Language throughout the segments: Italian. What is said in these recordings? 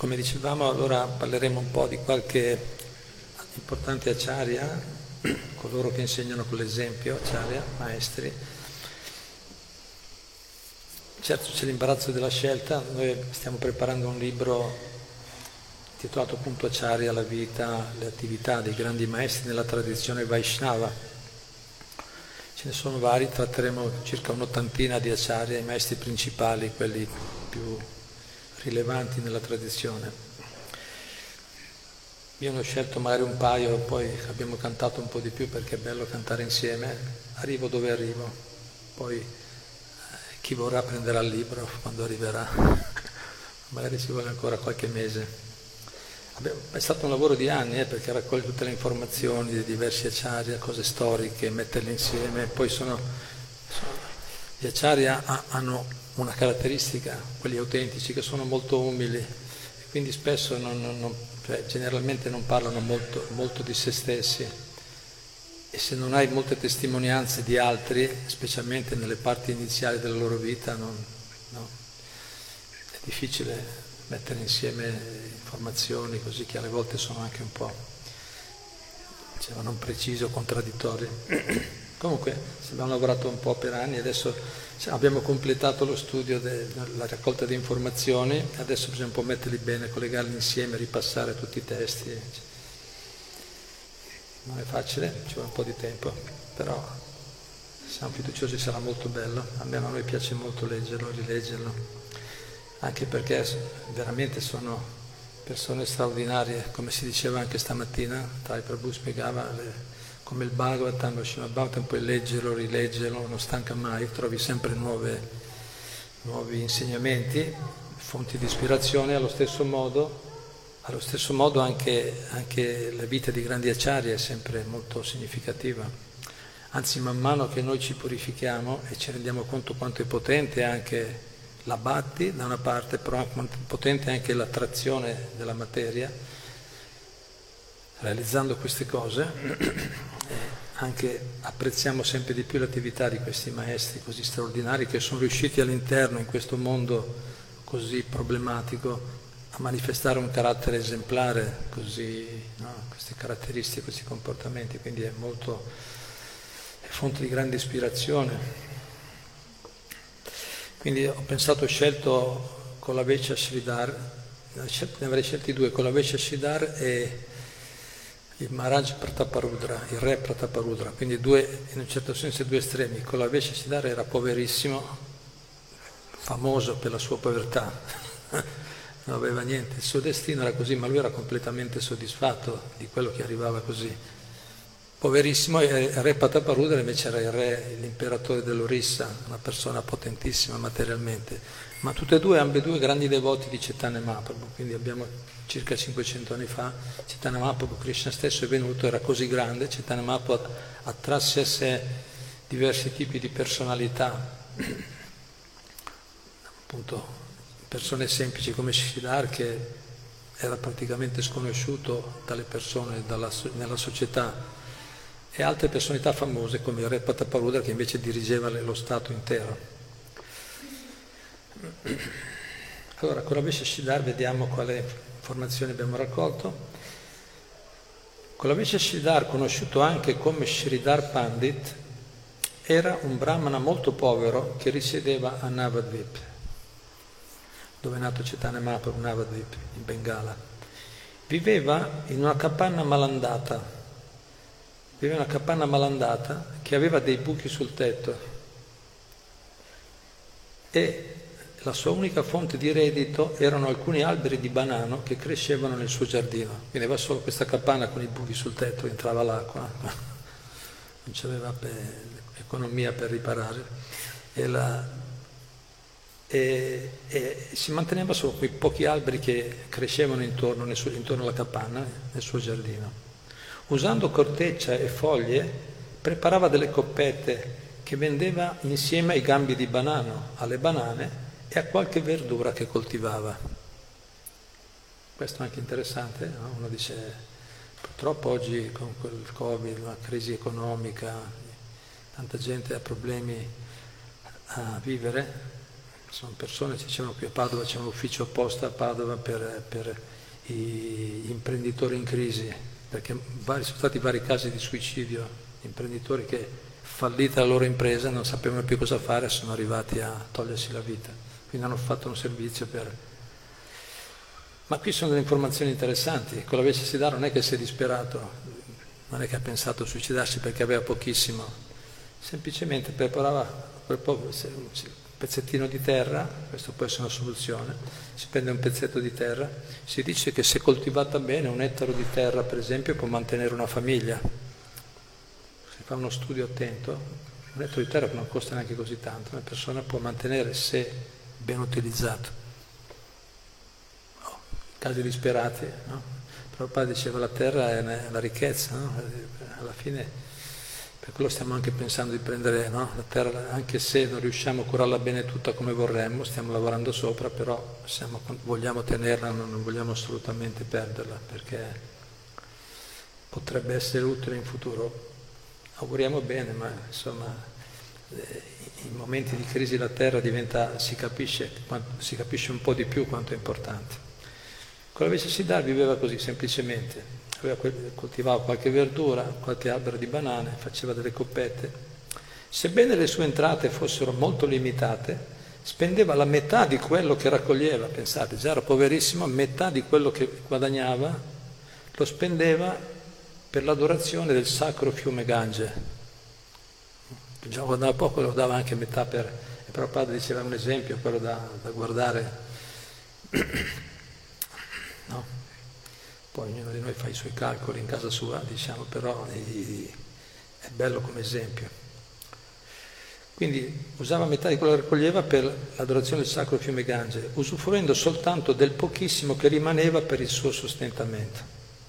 Come dicevamo, allora parleremo un po' di qualche importante acharya, coloro che insegnano con l'esempio, acharya, maestri. Certo c'è l'imbarazzo della scelta, noi stiamo preparando un libro intitolato appunto Acharya, la vita, le attività dei grandi maestri nella tradizione Vaishnava. Ce ne sono vari, tratteremo circa un'ottantina di acharya, i maestri principali, quelli più rilevanti nella tradizione. Io ne ho scelto magari un paio, poi abbiamo cantato un po' di più perché è bello cantare insieme. Arrivo dove arrivo, poi chi vorrà prenderà il libro quando arriverà, magari ci vuole ancora qualche mese. È stato un lavoro di anni perché raccoglie tutte le informazioni di diversi acharya, cose storiche, metterle insieme. Poi gli acharya hanno una caratteristica, quelli autentici, che sono molto umili e quindi spesso generalmente non parlano molto di se stessi, e se non hai molte testimonianze di altri, specialmente nelle parti iniziali della loro vita, è difficile mettere insieme informazioni così che alle volte sono anche un po' non precise o contraddittorie. Comunque abbiamo lavorato un po' per anni, adesso abbiamo completato lo studio della raccolta di informazioni, adesso bisogna un po' metterli bene, collegarli insieme, ripassare tutti i testi. Non è facile, ci vuole un po' di tempo, però siamo fiduciosi, sarà molto bello. A noi piace molto leggerlo, rileggerlo, anche perché veramente sono persone straordinarie, come si diceva anche stamattina, Thai Prabhu spiegava come il Bhagavatam, lo Srimad Bhagavatam, puoi leggerlo, rileggerlo, non stanca mai, trovi sempre nuovi insegnamenti, fonti di ispirazione. Allo stesso modo anche la vita di grandi acharya è sempre molto significativa. Anzi, man mano che noi ci purifichiamo e ci rendiamo conto quanto è potente anche la bhakti da una parte, però quanto è potente anche l'attrazione della materia, realizzando queste cose anche apprezziamo sempre di più l'attività di questi maestri così straordinari, che sono riusciti all'interno, in questo mondo così problematico, a manifestare un carattere esemplare, così, queste caratteristiche, questi comportamenti, quindi è fonte di grande ispirazione. Quindi ho scelto Kolavesha Sridhar, ne avrei scelti due, Kolavesha Sridhar e il Maharaj Prataparudra, il re Prataparudra, quindi in un certo senso due estremi. Kolavesha Sridhar era poverissimo, famoso per la sua povertà, non aveva niente, il suo destino era così, ma lui era completamente soddisfatto di quello che arrivava così. Poverissimo, e il re Prataparudra invece era l'imperatore dell'Orissa, una persona potentissima materialmente, ma ambedue grandi devoti di Chaitanya Mahaprabhu. Quindi abbiamo circa 500 anni fa, Chaitanya Mahaprabhu, Krishna stesso è venuto, era così grande, Chaitanya Mahaprabhu attrasse a sé diversi tipi di personalità, appunto persone semplici come Sridhar, che era praticamente sconosciuto dalle persone, nella società, e altre personalità famose come il re Prataparudra, che invece dirigeva lo Stato intero. Allora, Kolavesha Sridhar, vediamo quale informazioni abbiamo raccolto. Kolavesha Sridhar, conosciuto anche come Sridhar Pandit, era un brahmana molto povero che risiedeva a Navadvip, dove è nato Chaitanya Mahaprabhu, Navadvip, in Bengala. Viveva in una capanna malandata che aveva dei buchi sul tetto, e la sua unica fonte di reddito erano alcuni alberi di banano che crescevano nel suo giardino. Quindi aveva solo questa capanna con i buchi sul tetto, entrava l'acqua, non c'aveva economia per riparare, e si manteneva solo quei pochi alberi che crescevano intorno alla capanna, nel suo giardino. Usando corteccia e foglie preparava delle coppette che vendeva insieme ai gambi di banano, alle banane e a qualche verdura che coltivava. Questo è anche interessante, no? Uno dice, purtroppo oggi con quel Covid, la crisi economica, tanta gente ha problemi a vivere, Sono persone, dicevano qui a Padova c'è un ufficio apposta a Padova per gli imprenditori in crisi, perché sono stati vari casi di suicidio, imprenditori che fallita la loro impresa non sapevano più cosa fare, sono arrivati a togliersi la vita, quindi hanno fatto un servizio per... Ma qui sono delle informazioni interessanti. Con la Vecchia Siddhar non è che si è disperato, non è che ha pensato a suicidarsi perché aveva pochissimo, semplicemente preparava quel pezzettino di terra, questo può essere una soluzione, si prende un pezzetto di terra, si dice che se coltivata bene un ettaro di terra per esempio può mantenere una famiglia, si fa uno studio attento, un ettaro di terra non costa neanche così tanto, una persona può mantenere se ben utilizzato. Casi disperati, no? Prabhupada diceva la terra è la ricchezza, no? Alla fine per quello stiamo anche pensando di prendere, no? La terra, anche se non riusciamo a curarla bene tutta come vorremmo, stiamo lavorando sopra, però vogliamo tenerla, non vogliamo assolutamente perderla, perché potrebbe essere utile in futuro. Auguriamo bene, ma insomma in momenti di crisi la terra si capisce un po' di più quanto è importante. Con la Vecchia Siddhar viveva così semplicemente, coltivava qualche verdura, qualche albero di banane, faceva delle coppette. Sebbene le sue entrate fossero molto limitate, spendeva la metà di quello che raccoglieva, pensate, già era poverissimo, metà di quello che guadagnava lo spendeva per l'adorazione del sacro fiume Gange. Già guadagnava poco, lo dava anche metà per... E Prabhupada diceva un esempio, quello da guardare... No? Poi ognuno di noi fa i suoi calcoli in casa sua, diciamo, però è bello come esempio. Quindi usava metà di quello che raccoglieva per l'adorazione del sacro fiume Gange, usufruendo soltanto del pochissimo che rimaneva per il suo sostentamento.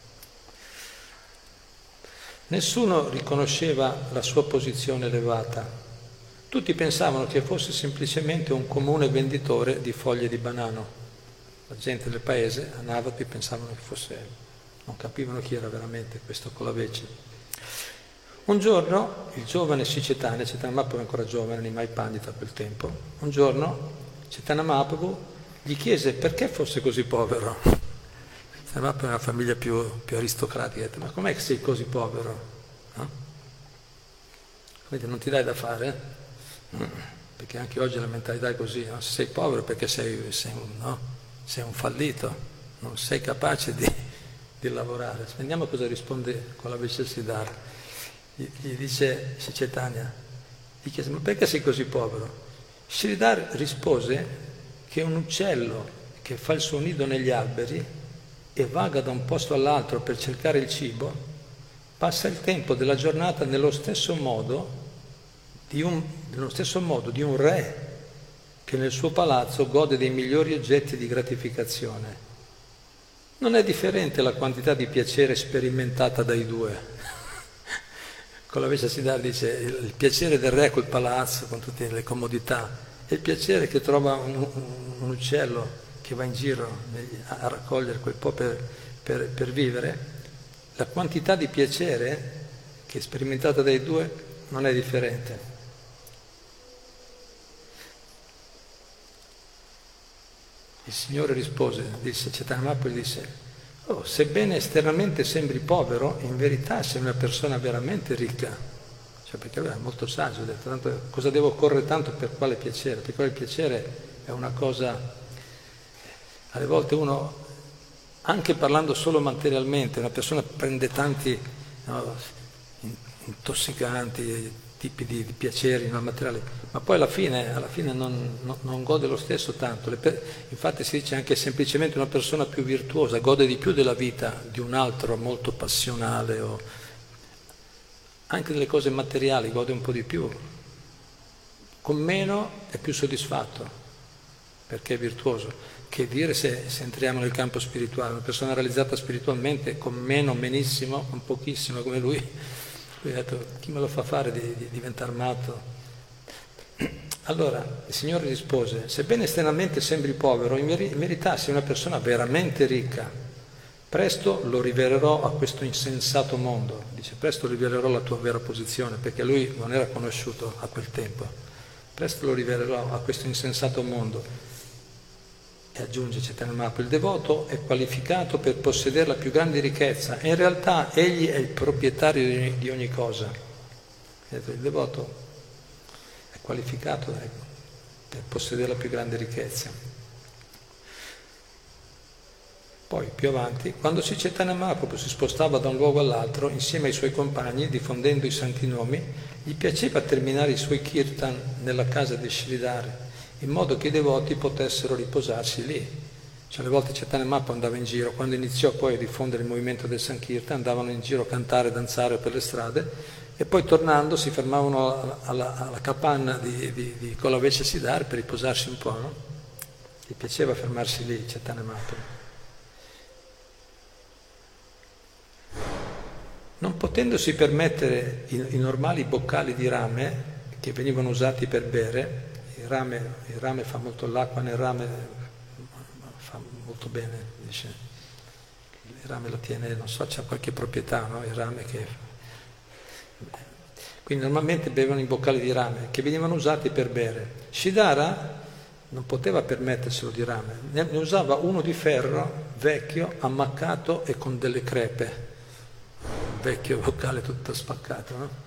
Nessuno riconosceva la sua posizione elevata. Tutti pensavano che fosse semplicemente un comune venditore di foglie di banano. La gente del paese, a Navati, pensavano che fosse, non capivano chi era veramente questo Colaveci. Un giorno il giovane Chaitanya Mahaprabhu era ancora giovane, Nimai Pandita a quel tempo, un giorno Chaitanya Mahaprabhu gli chiese perché fosse così povero. Chaitanya Mahaprabhu era una famiglia più aristocratica, ha detto, ma com'è che sei così povero? No? Quindi non ti dai da fare? Perché anche oggi la mentalità è così, no? Se sei povero perché sei un fallito, non sei capace di lavorare. Vediamo cosa risponde con la Vecchia Siddhar. Gli dice Chaitanya, gli chiese, ma perché sei così povero? Siddhar rispose che un uccello che fa il suo nido negli alberi e vaga da un posto all'altro per cercare il cibo, passa il tempo della giornata nello stesso modo di un re che nel suo palazzo gode dei migliori oggetti di gratificazione. Non è differente la quantità di piacere sperimentata dai due. Con la Vecchia Siddhar dice il piacere del re col palazzo, con tutte le comodità, e il piacere che trova un uccello che va in giro a raccogliere quel po' per vivere, la quantità di piacere che è sperimentata dai due non è differente. Il Signore rispose, disse Chaitanya Mahaprabhu, disse, oh, sebbene esternamente sembri povero, in verità sei una persona veramente ricca. Cioè, perché lui era molto saggio, ha detto, tanto, cosa devo correre tanto per quale piacere? Perché il piacere è una cosa, alle volte uno, anche parlando solo materialmente, una persona prende tanti intossicanti, tipi di piaceri non materiali, ma poi alla fine non gode lo stesso tanto. Infatti si dice anche semplicemente una persona più virtuosa gode di più della vita di un altro molto passionale, o anche delle cose materiali gode un po' di più, con meno è più soddisfatto perché è virtuoso. Che dire se entriamo nel campo spirituale, una persona realizzata spiritualmente con menissimo, con pochissimo come lui ha detto, chi me lo fa fare di diventare matto? Allora il Signore rispose, sebbene esternamente sembri povero, in verità sei una persona veramente ricca. Presto lo rivelerò a questo insensato mondo. Dice, presto rivelerò la tua vera posizione, perché lui non era conosciuto a quel tempo. presto lo rivelerò a questo insensato mondo. E aggiunge Chaitanya Mahaprabhu, il devoto è qualificato per possedere la più grande ricchezza e in realtà egli è il proprietario di ogni cosa. Il devoto è qualificato per possedere la più grande ricchezza. Poi più avanti, quando Sri Chaitanya Mahaprabhu si spostava da un luogo all'altro insieme ai suoi compagni diffondendo i santi nomi, gli piaceva terminare i suoi kirtan nella casa di Sridhar, in modo che i devoti potessero riposarsi lì. Cioè, alle volte Chaitanya Mahaprabhu andava in giro, quando iniziò poi a diffondere il movimento del Sankirtan, andavano in giro a cantare, danzare per le strade e poi tornando si fermavano alla capanna di Kolavesha Siddhar per riposarsi un po', no? Gli piaceva fermarsi lì Chaitanya Mahaprabhu. Non potendosi permettere i normali boccali di rame che venivano usati per bere, il rame fa molto, l'acqua nel rame fa molto bene, dice. Il rame lo tiene, non so, c'ha qualche proprietà, no? Il rame che... Quindi normalmente bevevano in boccali di rame che venivano usati per bere. Shidhara non poteva permetterselo di rame, ne usava uno di ferro, vecchio, ammaccato e con delle crepe. Un vecchio boccale tutto spaccato, no?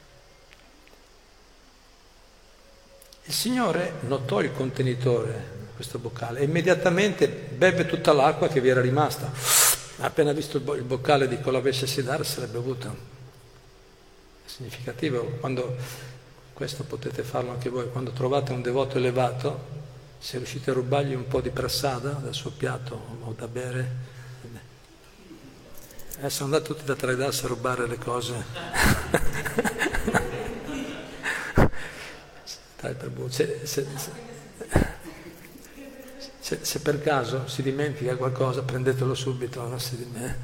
Il Signore notò il contenitore, questo boccale, e immediatamente beve tutta l'acqua che vi era rimasta. Appena visto il boccale di Kolavesha Siddhar se l'è bevuto. È significativo, quando questo potete farlo anche voi, quando trovate un devoto elevato, se riuscite a rubargli un po' di prasada dal suo piatto o da bere, sono andati tutti da Traidas a rubare le cose. Se per caso si dimentica qualcosa, prendetelo subito, non si dimentica.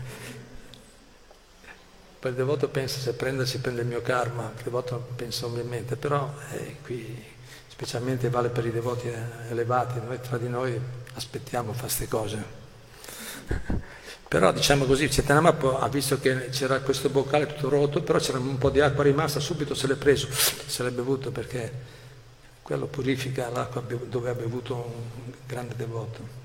Poi il devoto pensa, se prende si prende il mio karma, il devoto pensa ovviamente, però qui specialmente vale per i devoti elevati, noi tra di noi aspettiamo a fare queste cose. Però diciamo così, Chaitanya Mahaprabhu ha visto che c'era questo boccale tutto rotto, però c'era un po' di acqua rimasta, subito se l'è preso, se l'è bevuto perché quello purifica l'acqua dove ha bevuto un grande devoto.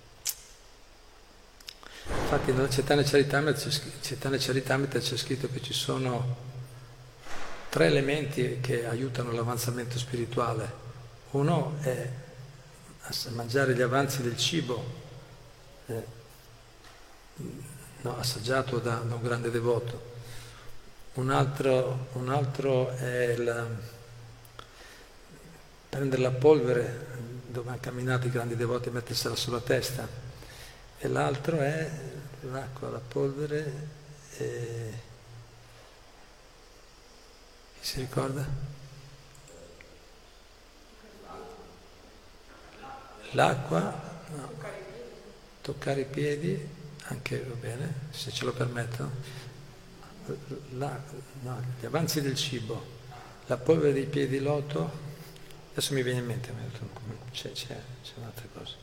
Infatti nella Chaitanya Charitamrita c'è scritto che ci sono 3 elementi che aiutano l'avanzamento spirituale. Uno è mangiare gli avanzi del cibo, assaggiato da un grande devoto. Un altro è prendere la polvere dove hanno camminato i grandi devoti e mettersela sulla testa, e l'altro è l'acqua, la polvere e... chi si ricorda? L'acqua, no. Toccare i piedi, anche va bene, se ce lo permettono, gli avanzi del cibo, la polvere dei piedi loto. Adesso mi viene in mente, c'è un'altra cosa.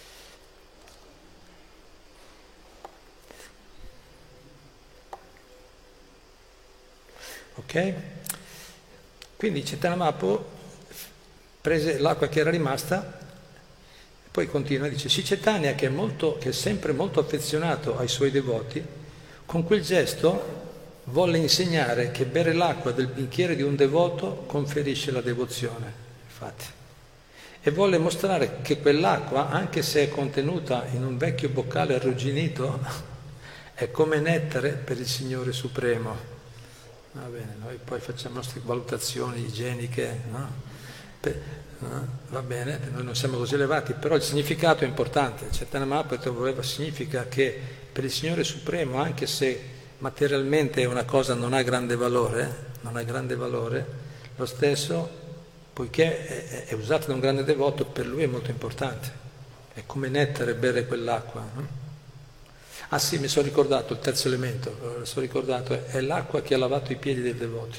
Ok? Quindi Chaitanya Mahaprabhu prese l'acqua che era rimasta, poi continua e dice: Sri Chaitanya, che è sempre molto affezionato ai suoi devoti, con quel gesto volle insegnare che bere l'acqua del bicchiere di un devoto conferisce la devozione. Infatti, e volle mostrare che quell'acqua, anche se è contenuta in un vecchio boccale arrugginito, è come nettare per il Signore Supremo. Va bene, noi poi facciamo le nostre valutazioni igieniche, no? Va bene, noi non siamo così elevati, però il significato è importante. Chaitanya Mahaprabhu significa che per il Signore Supremo, anche se materialmente una cosa non ha grande valore, lo stesso, poiché è usato da un grande devoto, per lui è molto importante. È come nettare bere quell'acqua, no? Ah sì, mi sono ricordato il terzo elemento, è l'acqua che ha lavato i piedi dei devoti.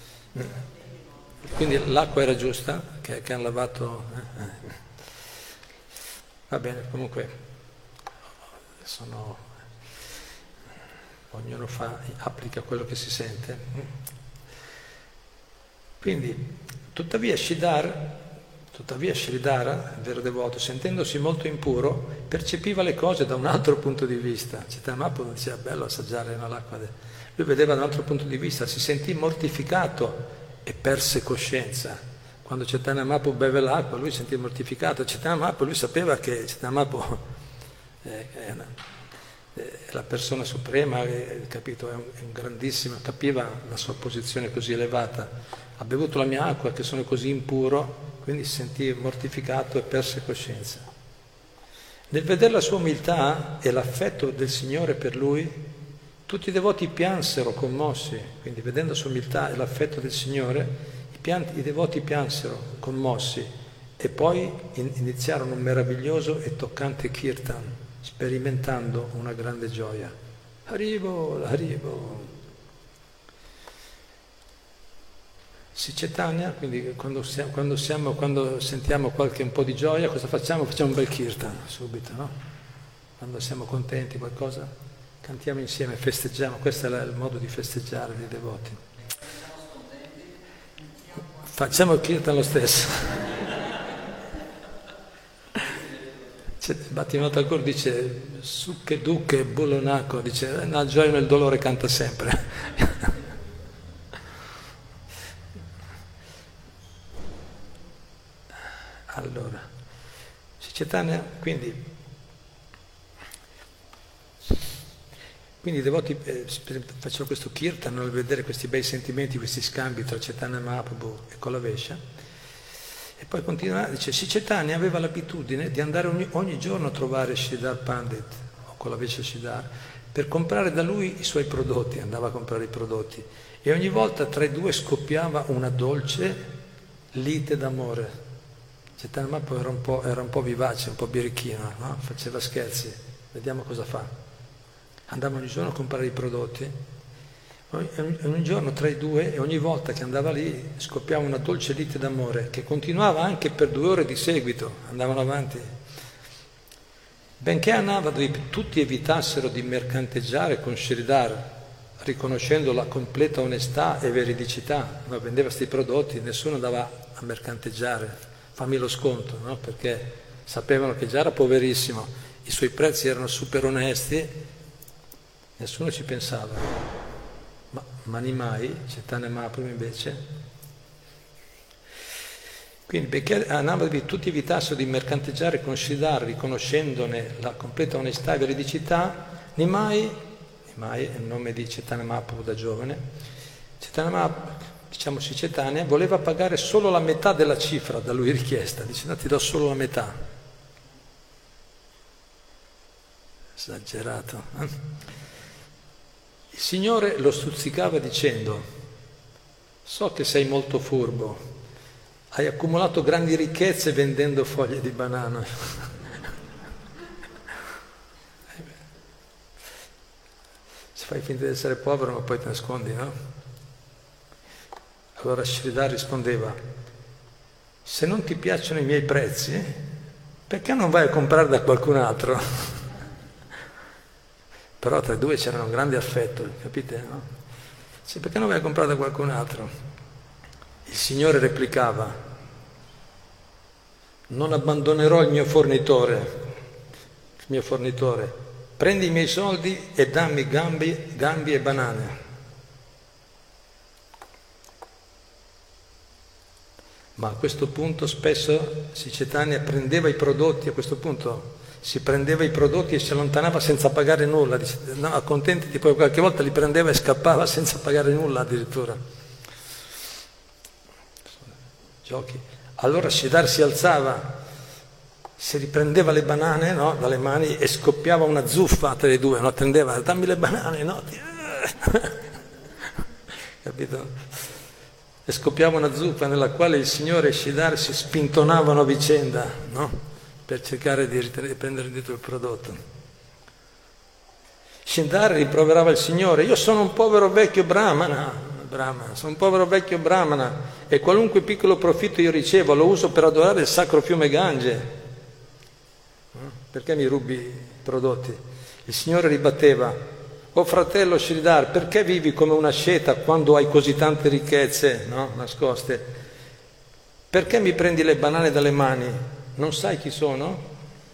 Quindi l'acqua era giusta, che hanno lavato. Va bene, comunque ognuno applica quello che si sente. Quindi Tuttavia Sridhara, il vero devoto, sentendosi molto impuro, percepiva le cose da un altro punto di vista. Chaitanya Mahaprabhu diceva, bello assaggiare l'acqua. Lui vedeva da un altro punto di vista, si sentì mortificato e perse coscienza. Quando Chaitanya Mahaprabhu beve l'acqua, lui si sentì mortificato. Chaitanya Mahaprabhu, lui sapeva che Chaitanya Mahaprabhu è la persona suprema, capito? È un grandissimo, capiva la sua posizione così elevata. Ha bevuto la mia acqua che sono così impuro, quindi si sentì mortificato e perse coscienza. Nel vedere la sua umiltà e l'affetto del Signore per lui, tutti i devoti piansero commossi, quindi vedendo la sua umiltà e l'affetto del Signore, i devoti piansero commossi e poi iniziarono un meraviglioso e toccante kirtan, sperimentando una grande gioia. Haribo, Haribo. Si Chaitanya, quindi quando sentiamo un po' di gioia, cosa facciamo? Facciamo un bel kirtan subito, no? Quando siamo contenti qualcosa, cantiamo insieme, festeggiamo, questo è il modo di festeggiare dei devoti. Facciamo il kirtan lo stesso. Bhaktivinoda Thakur dice, Sukhe Dukhe Bolonako, dice, la gioia nel dolore canta sempre. Allora, Chaitanya, quindi i devoti facevano questo kirtan nel vedere questi bei sentimenti, questi scambi tra Chaitanya Mahaprabhu e Kolavesha, e poi continua, dice, Chaitanya aveva l'abitudine di andare ogni giorno a trovare Sridhar Pandit o Kolavesha Sridhar per comprare da lui i suoi prodotti, andava a comprare i prodotti, e ogni volta tra i due scoppiava una dolce lite d'amore. Chaitanya Mahaprabhu era un po' vivace, un po' birichino, no? Faceva scherzi, vediamo cosa fa. Andava ogni giorno a comprare i prodotti, ogni giorno tra i due, e ogni volta che andava lì scoppiava una dolce lite d'amore che continuava anche per 2 ore di seguito, andavano avanti. Benché a Navadvip tutti evitassero di mercanteggiare con Sridhar, riconoscendo la completa onestà e veridicità, no? Vendeva questi prodotti, nessuno andava a mercanteggiare. Fammi lo sconto, no? Perché sapevano che già era poverissimo, i suoi prezzi erano super onesti, nessuno ci pensava. Ma mai, Chaitanya Mahaprabhu invece. Quindi, perché a Navadvip tutti evitassero di mercanteggiare con Sridhar, riconoscendone la completa onestà e veridicità, Nimai, è il nome di Chaitanya Mahaprabhu da giovane, Chaitanya Mahaprabhu, diciamo Chaitanya, voleva pagare solo la metà della cifra da lui richiesta, dice no, ti do solo la metà. Esagerato. Il Signore lo stuzzicava dicendo, so che sei molto furbo, hai accumulato grandi ricchezze vendendo foglie di banana. Se fai finta di essere povero ma poi ti nascondi, no? Allora Sridhar rispondeva, se non ti piacciono i miei prezzi, perché non vai a comprare da qualcun altro? Però tra i due c'era un grande affetto, capite? No? Sì, perché non vai a comprare da qualcun altro? Il Signore replicava, non abbandonerò il mio fornitore, prendi i miei soldi e dammi gambi e banane. Ma a questo punto spesso Chaitanya prendeva i prodotti, a questo punto si prendeva i prodotti e si allontanava senza pagare nulla, dice, no, accontentati, poi qualche volta li prendeva e scappava senza pagare nulla addirittura. Giochi. Allora Sridhar si alzava, si riprendeva le banane, no, dalle mani e scoppiava una zuffa tra i due, no? Tendeva, dammi le banane, no? Capito? E scoppiava una zuppa nella quale il Signore e Sridhar si spintonavano a vicenda, no? Per cercare di prendere dietro il prodotto. Sridhar rimproverava il Signore, io sono un povero vecchio brahmana, sono un povero vecchio brahmana e qualunque piccolo profitto io ricevo lo uso per adorare il sacro fiume Gange. Perché mi rubi i prodotti? Il Signore ribatteva, oh fratello Sridhar, perché vivi come una sceta quando hai così tante ricchezze, no? Nascoste? perché mi prendi le banane dalle mani? Non sai chi sono?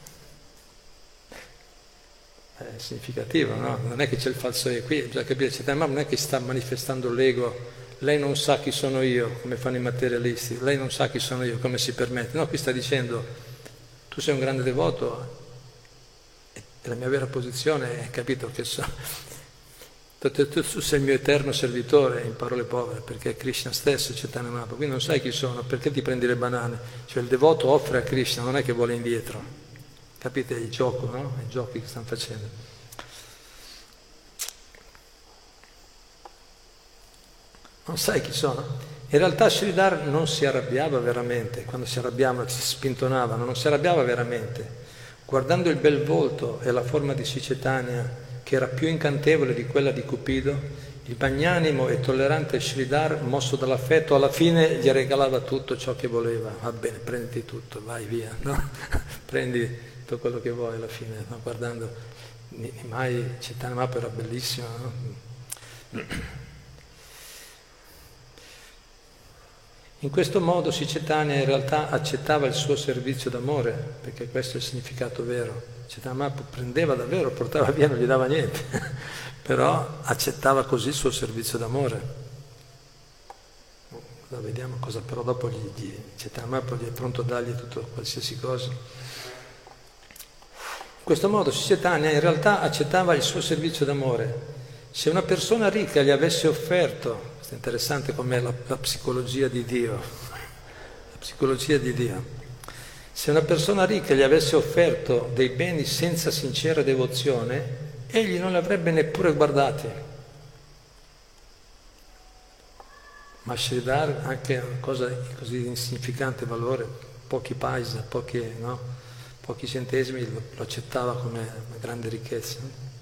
È significativo, no? Non è che c'è il falso io, qui bisogna capire, Chaitanya non è che sta manifestando l'ego, lei non sa chi sono io, come fanno i materialisti, lei non sa chi sono io, come si permette, no, qui sta dicendo, tu sei un grande devoto, e la mia vera posizione è, capito, che tu sei il mio eterno servitore, in parole povere, perché è Krishna stesso, Chaitanya Mahaprabhu, quindi non sai chi sono, perché ti prendi le banane? Cioè il devoto offre a Krishna, non è che vuole indietro. Capite il gioco, no? I giochi che stanno facendo. Non sai chi sono? In realtà Sridhar non si arrabbiava veramente, quando si arrabbiava, si spintonavano, non si arrabbiava veramente. Guardando il bel volto e la forma di Sri Chaitanya, che era più incantevole di quella di Cupido, il magnanimo e tollerante Sridhar, mosso dall'affetto, alla fine gli regalava tutto ciò che voleva. Va bene, prendi tutto, vai via, no? Prendi tutto quello che vuoi alla fine, no? Guardando mai Chaitanya Mahaprabhu era bellissimo, no? In questo modo Sri Chaitanya in realtà accettava il suo servizio d'amore, perché questo è il significato vero. Chaitanya Mahaprabhu prendeva davvero, portava via, non gli dava niente, però accettava così il suo servizio d'amore. Vediamo cosa però dopo Chaitanya Mahaprabhu è pronto a dargli tutto, qualsiasi cosa. In questo modo Sri Chaitanya in realtà accettava il suo servizio d'amore. Se una persona ricca gli avesse offerto, questo è interessante com'è la psicologia di Dio, la psicologia di Dio, se una persona ricca gli avesse offerto dei beni senza sincera devozione, egli non li avrebbe neppure guardati. Ma Sridhar, anche una cosa così di insignificante valore, pochi paisa, pochi centesimi, lo accettava come una grande ricchezza.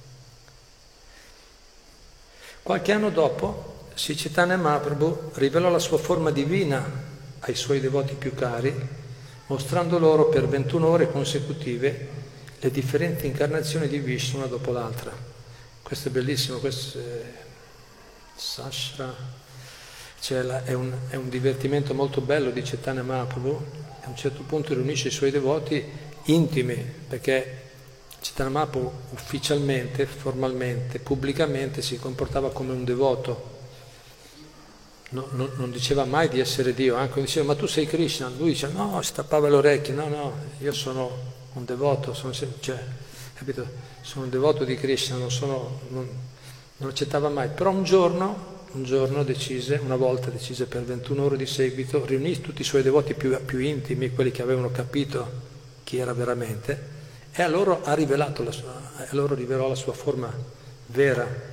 Qualche anno dopo, Sri Chaitanya Mahaprabhu rivelò la sua forma divina ai suoi devoti più cari, mostrando loro per 21 ore consecutive le differenti incarnazioni di Vishnu una dopo l'altra. Questo è bellissimo, questo è Sashra, cioè è un divertimento molto bello di Chaitanya Mahaprabhu. A un certo punto riunisce i suoi devoti intimi, perché Chaitanya Mahaprabhu ufficialmente, formalmente, pubblicamente si comportava come un devoto, non diceva mai di essere Dio, anche quando diceva ma tu sei Krishna, lui diceva no, si tappava le orecchie, no, io sono un devoto, capito? Sono un devoto di Krishna, non accettava mai, però un giorno decise, una volta decise per 21 ore di seguito, riunì tutti i suoi devoti più intimi, quelli che avevano capito chi era veramente, e a loro rivelò la sua forma vera,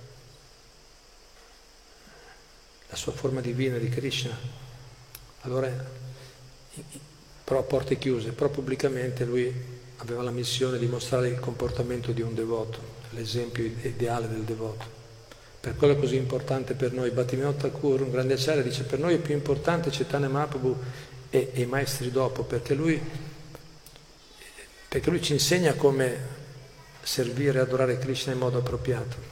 la sua forma divina di Krishna. Allora, però a porte chiuse, però pubblicamente lui aveva la missione di mostrare il comportamento di un devoto, l'esempio ideale del devoto. Per quello è così importante per noi. Bhaktivinoda Thakur, un grande acciario, dice per noi è più importante Chaitanya Mahaprabhu e i maestri dopo, perché lui ci insegna come servire e adorare Krishna in modo appropriato.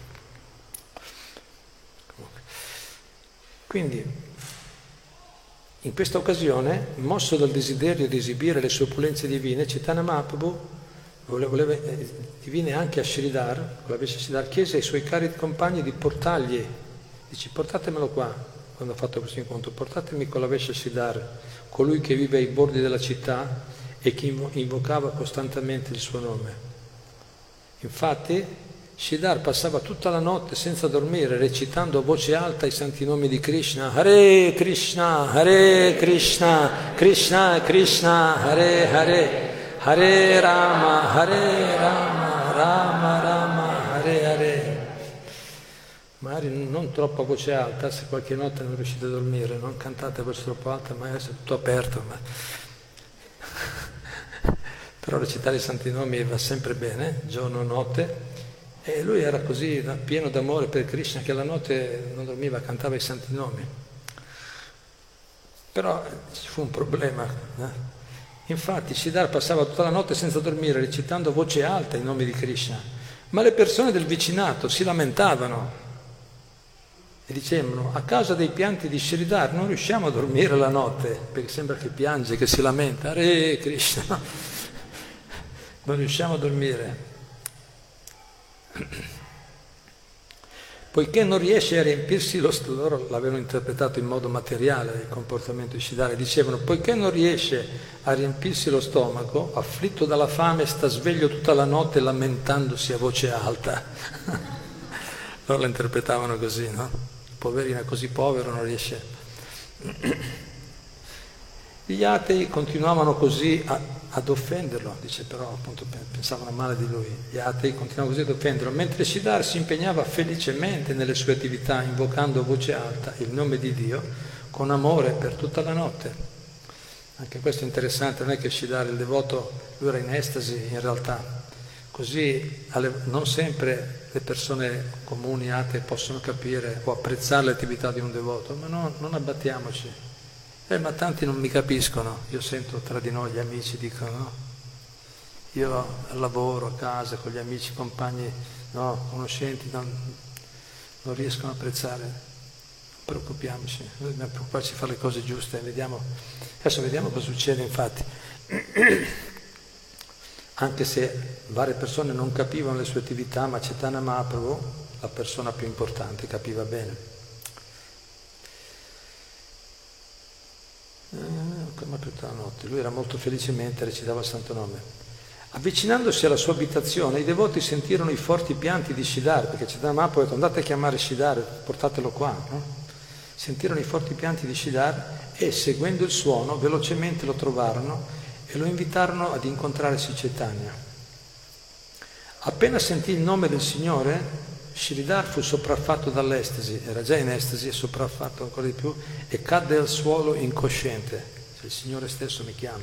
Quindi, in questa occasione, mosso dal desiderio di esibire le sue opulenze divine, Chaitanya Mahaprabhu, divine anche a Sridhar, con la Vesha Sridhar, chiese ai suoi cari compagni di portargli, dice portatemelo qua, quando ha fatto questo incontro, portatemi con la Vesha Sridhar, colui che vive ai bordi della città e che invocava costantemente il suo nome. Infatti, Sridhar passava tutta la notte senza dormire recitando a voce alta i santi nomi di Krishna, Hare Krishna, Krishna Krishna, Hare Hare, Hare Rama, Rama Rama, Hare Hare. Magari non troppo a voce alta, se qualche notte non riuscite a dormire, non cantate a voce troppo alta, ma è tutto aperto. Però recitare i santi nomi va sempre bene, giorno, notte. E lui era così pieno d'amore per Krishna che la notte non dormiva, cantava i santi nomi. Però ci fu un problema. Infatti Sridhar passava tutta la notte senza dormire recitando a voce alta i nomi di Krishna, ma le persone del vicinato si lamentavano e dicevano: a causa dei pianti di Sridhar non riusciamo a dormire la notte, perché sembra che piange, che si lamenta, Hare Krishna, non riusciamo a dormire. Poiché non riesce a riempirsi loro l'avevano interpretato in modo materiale il comportamento di Sridhar, dicevano: poiché non riesce a riempirsi lo stomaco, afflitto dalla fame, sta sveglio tutta la notte lamentandosi a voce alta. Loro la interpretavano così, no? Poverina, così povero, non riesce. Gli atei continuavano così ad offenderlo, dice, però appunto pensavano male di lui. Gli atei continuavano così ad offenderlo, mentre Sridhar si impegnava felicemente nelle sue attività, invocando a voce alta il nome di Dio con amore per tutta la notte. Anche questo è interessante, non è che Sridhar, il devoto, lui era in estasi in realtà. Così non sempre le persone comuni, atee, possono capire o apprezzare le attività di un devoto, ma no, non abbattiamoci. Ma tanti non mi capiscono. Io sento tra di noi gli amici dicono: no, io al lavoro, a casa, con gli amici, compagni, no, conoscenti, non riescono a apprezzare. Non preoccupiamoci, noi dobbiamo preoccuparci di fare le cose giuste. Adesso vediamo cosa succede, infatti. Anche se varie persone non capivano le sue attività, ma Chaitanya Mahaprabhu, la persona più importante, capiva bene. Come tutta la notte, lui era molto felicemente, recitava il santo nome. Avvicinandosi alla sua abitazione, i devoti sentirono i forti pianti di Sridhar, perché Chaitanya Mahaprabhu ha detto: andate a chiamare Sridhar, portatelo qua, no? Sentirono i forti pianti di Sridhar e, seguendo il suono, velocemente lo trovarono e lo invitarono ad incontrare Sri Chaitanya. Appena sentì il nome del Signore, Sridhar fu sopraffatto dall'estasi, era già in estasi e sopraffatto ancora di più, e cadde al suolo incosciente. Se il Signore stesso mi chiama.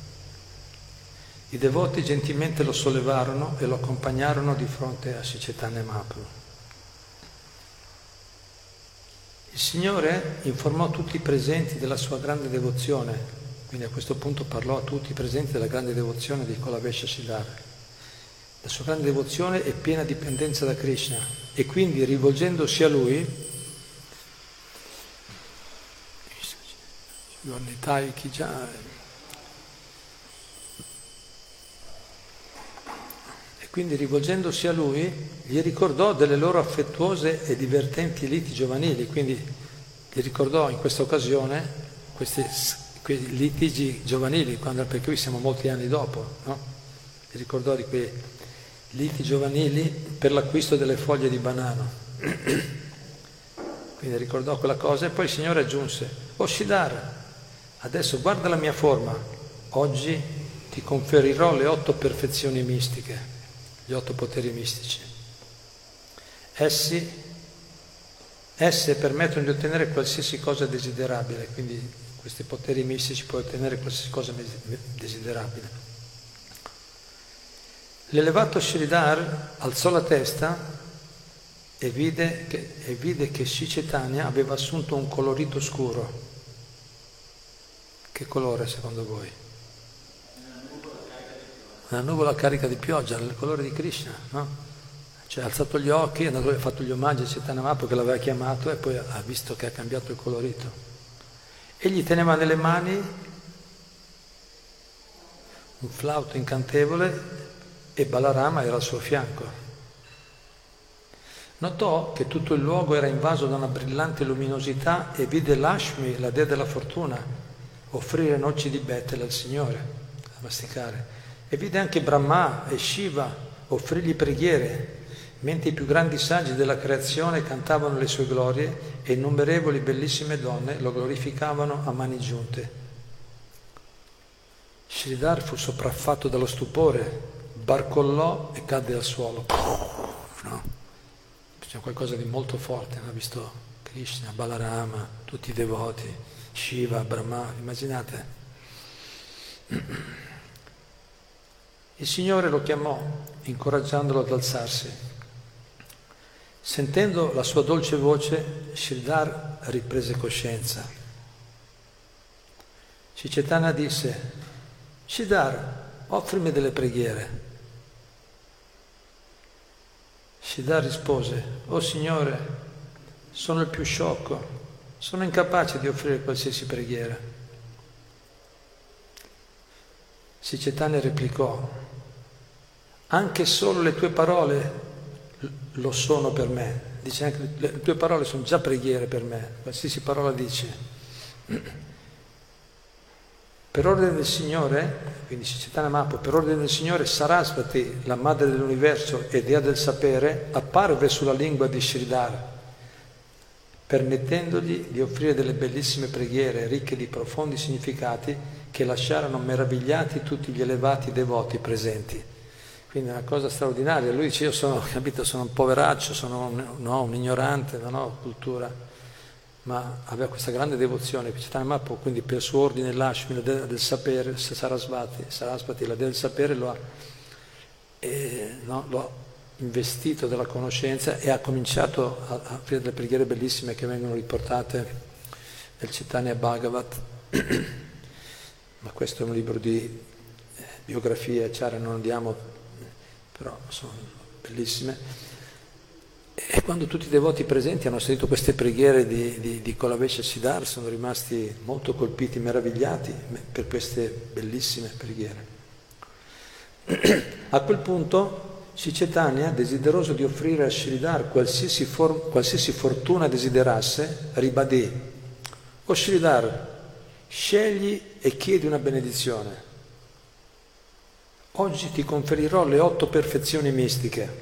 I devoti gentilmente lo sollevarono e lo accompagnarono di fronte a Sri Chaitanya Mahaprabhu. Il Signore informò tutti i presenti della sua grande devozione, quindi a questo punto parlò a tutti i presenti della grande devozione di Kolavesha Sridhar. La sua grande devozione e piena dipendenza da Krishna, e quindi rivolgendosi a lui, gli ricordò delle loro affettuose e divertenti liti giovanili, quindi gli ricordò in questa occasione quei litigi giovanili, perché qui siamo molti anni dopo, no? Gli ricordò di quei liti giovanili per l'acquisto delle foglie di banano. Quindi ricordò quella cosa e poi il Signore aggiunse: "Oh Sridhar, adesso guarda la mia forma, oggi ti conferirò le 8 perfezioni mistiche, gli 8 poteri mistici. Esse permettono di ottenere qualsiasi cosa desiderabile", quindi questi poteri mistici puoi ottenere qualsiasi cosa desiderabile. L'elevato Sridhar alzò la testa e vide che Sri Chaitanya aveva assunto un colorito scuro. Che colore secondo voi? Una nuvola carica di pioggia, il colore di Krishna, no? Cioè ha alzato gli occhi, ha fatto gli omaggi a Chaitanya Mahaprabhu che l'aveva chiamato e poi ha visto che ha cambiato il colorito. Egli teneva nelle mani un flauto incantevole e Balarama era al suo fianco. Notò che tutto il luogo era invaso da una brillante luminosità e vide Lakshmi, la dea della fortuna, offrire noci di Betel al Signore, a masticare. E vide anche Brahma e Shiva offrirgli preghiere, mentre i più grandi saggi della creazione cantavano le sue glorie e innumerevoli bellissime donne lo glorificavano a mani giunte. Sridhar fu sopraffatto dallo stupore, barcollò e cadde al suolo. No? C'è qualcosa di molto forte, ha visto Krishna, Balarama, tutti i devoti, Shiva, Brahma, immaginate. Il Signore lo chiamò, incoraggiandolo ad alzarsi. Sentendo la sua dolce voce, Sridhar riprese coscienza. Sri Chaitanya disse: Sridhar, offrimi delle preghiere. Sridhar rispose: "Oh Signore, sono il più sciocco, sono incapace di offrire qualsiasi preghiera. Sri Chaitanya replicò: anche solo le tue parole lo sono per me. Dice anche le tue parole sono già preghiere per me, qualsiasi parola dici. Per ordine del Signore, quindi Sri Chaitanya Mahaprabhu, per ordine del Signore, Sarasvati, la madre dell'universo e dea del sapere, apparve sulla lingua di Sridhar, permettendogli di offrire delle bellissime preghiere ricche di profondi significati che lasciarono meravigliati tutti gli elevati devoti presenti. Quindi è una cosa straordinaria. Lui dice: io sono un poveraccio, sono un ignorante, non ho cultura, ma aveva questa grande devozione. Chaitanya Mahaprabhu, quindi per suo ordine Lakshmi, la dea del sapere, Sarasvati, la dea del sapere, lo ha investito della conoscenza e ha cominciato a fare delle preghiere bellissime che vengono riportate nel Chaitanya Bhagavat. Ma questo è un libro di biografie, non andiamo, però sono bellissime. E quando tutti i devoti presenti hanno sentito queste preghiere di Kolavesha Siddhar, sono rimasti molto colpiti, meravigliati per queste bellissime preghiere. A quel punto Sri Chaitanya, desideroso di offrire a Sridhar qualsiasi fortuna desiderasse, ribadì: o Sridhar, scegli e chiedi una benedizione. Oggi ti conferirò le 8 perfezioni mistiche.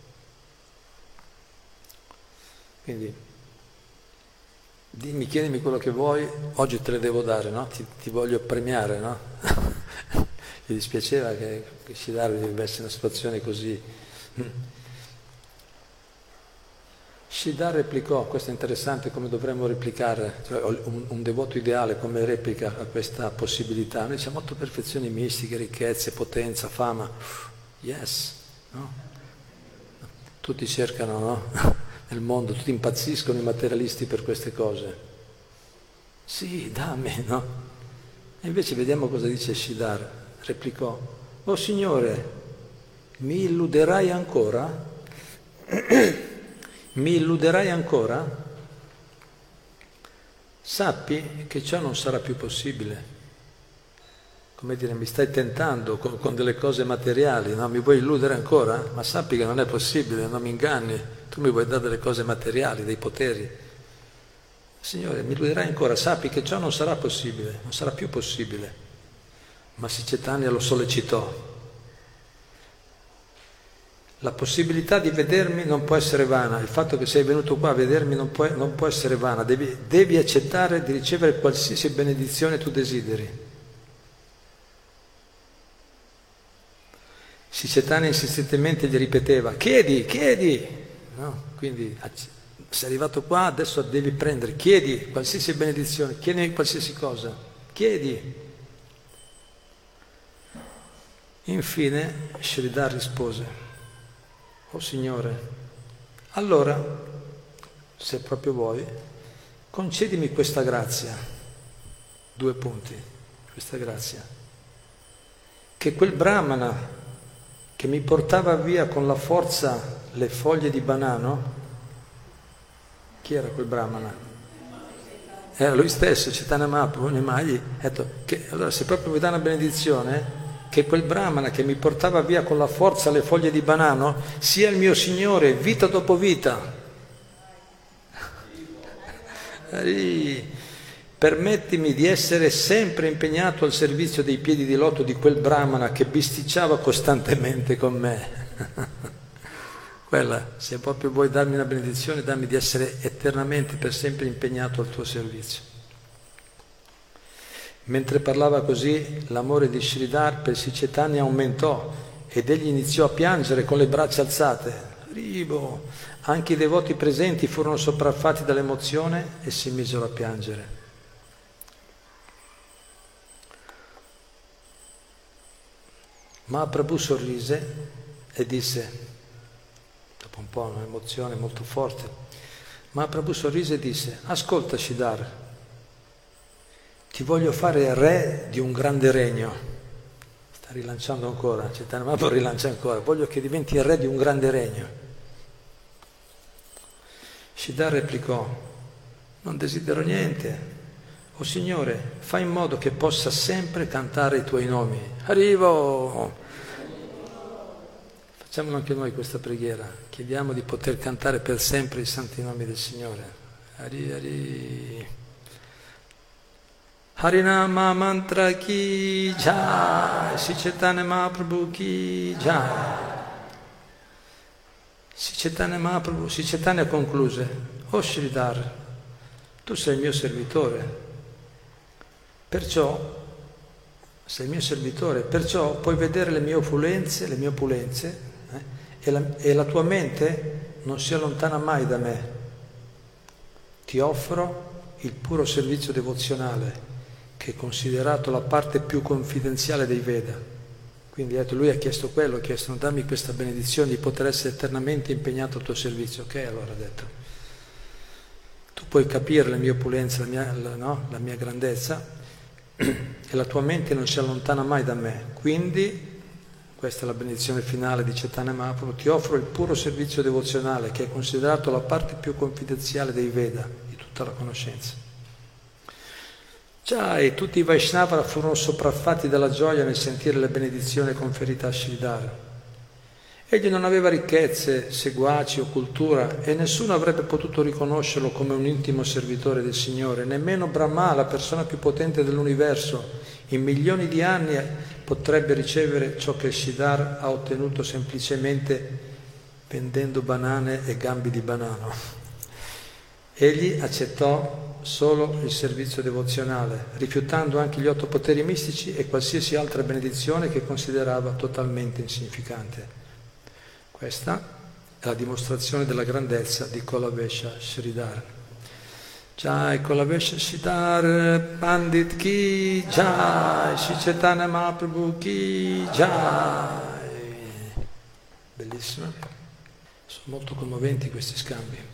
Quindi chiedimi quello che vuoi, oggi te le devo dare, no? Ti voglio premiare, no? Gli dispiaceva che Sridhar vivesse in una situazione così. Sridhar replicò, questo è interessante come dovremmo replicare, cioè un devoto ideale come replica a questa possibilità. Noi diciamo 8 perfezioni mistiche, ricchezze, potenza, fama. Yes, no? Tutti cercano, no? Nel mondo, tutti impazziscono i materialisti per queste cose. Sì, dammi, no? E invece vediamo cosa dice Sridhar. Replicò: o Signore, mi illuderai ancora? Mi illuderai ancora? Sappi che ciò non sarà più possibile. Come dire, mi stai tentando con delle cose materiali, no? Mi vuoi illudere ancora? Ma sappi che non è possibile, non mi inganni. Tu mi vuoi dare delle cose materiali, dei poteri. Signore, mi illuderai ancora? Sappi che ciò non sarà possibile, non sarà più possibile. Ma Sri Chaitanya lo sollecitò. La possibilità di vedermi non può essere vana, il fatto che sei venuto qua a vedermi non può essere vana, devi accettare di ricevere qualsiasi benedizione tu desideri. Sri Chaitanya insistentemente gli ripeteva: chiedi, chiedi, no? Quindi sei arrivato qua, adesso devi prendere, chiedi qualsiasi benedizione, chiedi qualsiasi cosa, chiedi. Infine Sridhar rispose: o Signore, allora, se proprio vuoi, concedimi questa grazia. 2 punti, questa grazia. Che quel brahmana che mi portava via con la forza le foglie di banano, chi era quel brahmana? Era lui stesso, Chaitanya Mahaprabhu, Nemagli, ha detto che allora se proprio vuoi dare una benedizione, che quel brahmana che mi portava via con la forza le foglie di banano sia il mio Signore vita dopo vita. Permettimi di essere sempre impegnato al servizio dei piedi di loto di quel brahmana che bisticciava costantemente con me. Quella, se proprio vuoi darmi una benedizione, dammi di essere eternamente, per sempre impegnato al tuo servizio. Mentre parlava così, l'amore di Sridhar per Sri Chaitanya aumentò ed egli iniziò a piangere con le braccia alzate. Ribo! Anche i devoti presenti furono sopraffatti dall'emozione e si misero a piangere. Mahaprabhu sorrise e disse, dopo un po' un'emozione molto forte, Mahaprabhu sorrise e disse: ascolta Sridhar, ti voglio fare re di un grande regno. Sta rilanciando ancora, Chaitanya Mahaprabhu rilancia ancora, voglio che diventi re di un grande regno. Sridhar replicò: non desidero niente. O Signore, fai in modo che possa sempre cantare i tuoi nomi. Arrivo! Facciamolo anche noi questa preghiera. Chiediamo di poter cantare per sempre i santi nomi del Signore. Hari Hari. Harinama mantra ki jai, Sri Chaitanya Mahaprabhu ki jai. Sri Chaitanya Mahaprabhu, Sri Chaitanya concluse: o Sridhar, tu sei il mio servitore, perciò sei il mio servitore, perciò puoi vedere le mie opulenze, e la tua mente non si allontana mai da me. Ti offro il puro servizio devozionale, che è considerato la parte più confidenziale dei Veda. Quindi lui ha chiesto quello, ha chiesto: dammi questa benedizione di poter essere eternamente impegnato al tuo servizio. Ok, allora ha detto: tu puoi capire le mie opulenze, la mia grandezza, e la tua mente non si allontana mai da me. Quindi, questa è la benedizione finale di Chaitanya Mahaprabhu: ti offro il puro servizio devozionale, che è considerato la parte più confidenziale dei Veda, di tutta la conoscenza. E tutti i Vaishnava furono sopraffatti dalla gioia nel sentire la benedizione conferita a Sridhar. Egli non aveva ricchezze, seguaci o cultura, e nessuno avrebbe potuto riconoscerlo come un intimo servitore del Signore. Nemmeno Brahma, la persona più potente dell'universo, in milioni di anni potrebbe ricevere ciò che Sridhar ha ottenuto semplicemente vendendo banane e gambi di banano. Egli accettò solo il servizio devozionale, rifiutando anche gli 8 poteri mistici e qualsiasi altra benedizione che considerava totalmente insignificante. Questa è la dimostrazione della grandezza di Kolavesha Sridhar. Jai Kolavesha Sridhar Pandit ki jai, Sri Chaitanya Mahaprabhu ki jai. Bellissimo. Sono molto commoventi questi scambi.